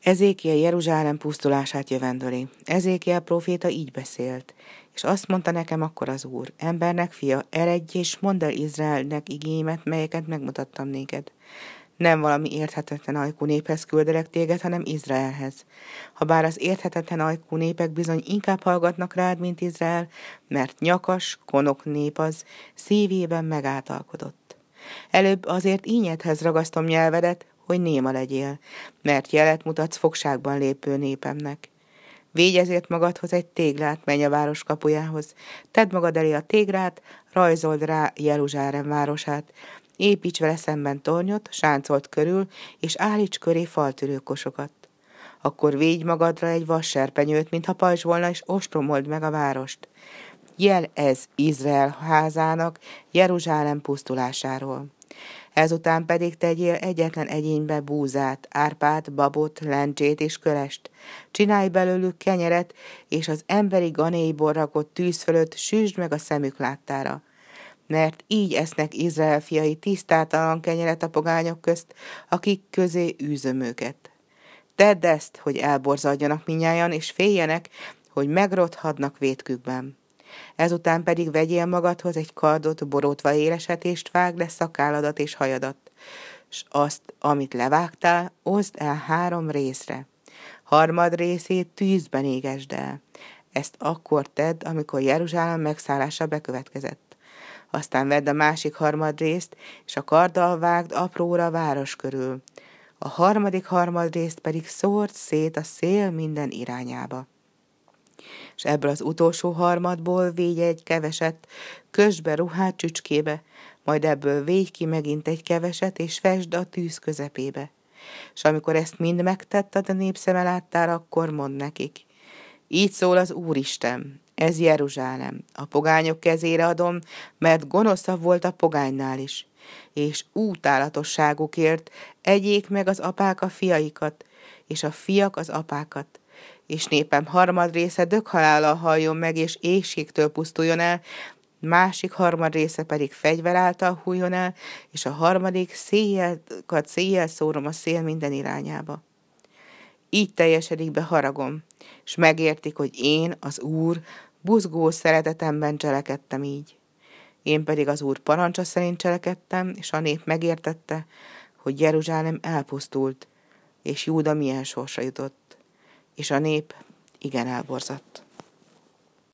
Ezékiel Jeruzsálem pusztulását jövendöli. Ezékiel próféta így beszélt, és azt mondta nekem akkor az Úr: embernek fia, eredj és mondd el Izraelnek igémet, melyeket megmutattam néked. Nem valami érthetetlen ajkú néphez küldelek téged, hanem Izraelhez. Habár az érthetetlen ajkú népek bizony inkább hallgatnak rád, mint Izrael, mert nyakas, konok nép az, szívében megáltalkodott. Előbb azért ínyedhez ragasztom nyelvedet, hogy néma legyél, mert jelet mutatsz fogságban lépő népemnek. Végy ezért magadhoz egy téglát, menj a város kapujához, tedd magad elé a téglát, rajzold rá Jeruzsálem városát, építs vele szemben tornyot, sáncolt körül, és állíts köré faltörőkosokat. Akkor végy magadra egy vasserpenyőt, mintha pajzs volna, és ostromold meg a várost. Jel ez Izrael házának Jeruzsálem pusztulásáról. Ezután pedig tegyél egyetlen egyénbe búzát, árpát, babot, lencsét és kölest. Csinálj belőlük kenyeret, és az emberi ganélyból rakott tűz fölött süsd meg a szemük láttára. Mert így esznek Izrael fiai tisztátalan kenyeret a pogányok közt, akik közé űzöm őket. Tedd ezt, hogy elborzadjanak minnyájan, és féljenek, hogy megrothadnak vétkükben. Ezután pedig vegyél magadhoz egy kardot, borotva éleset, és vágd le szakálladat és hajadat, s azt, amit levágtál, oszd el 3 részre. Harmad részét tűzben égesd el. Ezt akkor tedd, amikor Jeruzsálem megszállása bekövetkezett. Aztán vedd a másik harmad részt, és a karddal vágd apróra a város körül. A harmad részt pedig szórd szét a szél minden irányába. És ebből az utolsó harmadból végy egy keveset, kösd be ruhát csücskébe, majd ebből végy ki megint egy keveset, és fesd a tűz közepébe. És amikor ezt mind megtetted a nép szeme láttára, akkor mondd nekik: így szól az Úristen, ez Jeruzsálem, a pogányok kezére adom, mert gonoszabb volt a pogánynál is, és útálatosságukért egyék meg az apák a fiaikat, és a fiak az apákat, és népem harmad része döghalállal halljon meg, és éhségtől pusztuljon el, másik harmad része pedig fegyver által hulljon el, és a harmadik széjjel szórom a szél minden irányába. Így teljesedik be haragom, és megértik, hogy én, az Úr, buzgó szeretetemben cselekedtem így. Én pedig az Úr parancsa szerint cselekedtem, és a nép megértette, hogy Jeruzsálem elpusztult, és Júda milyen sorsra jutott. És a nép igen elborzadt.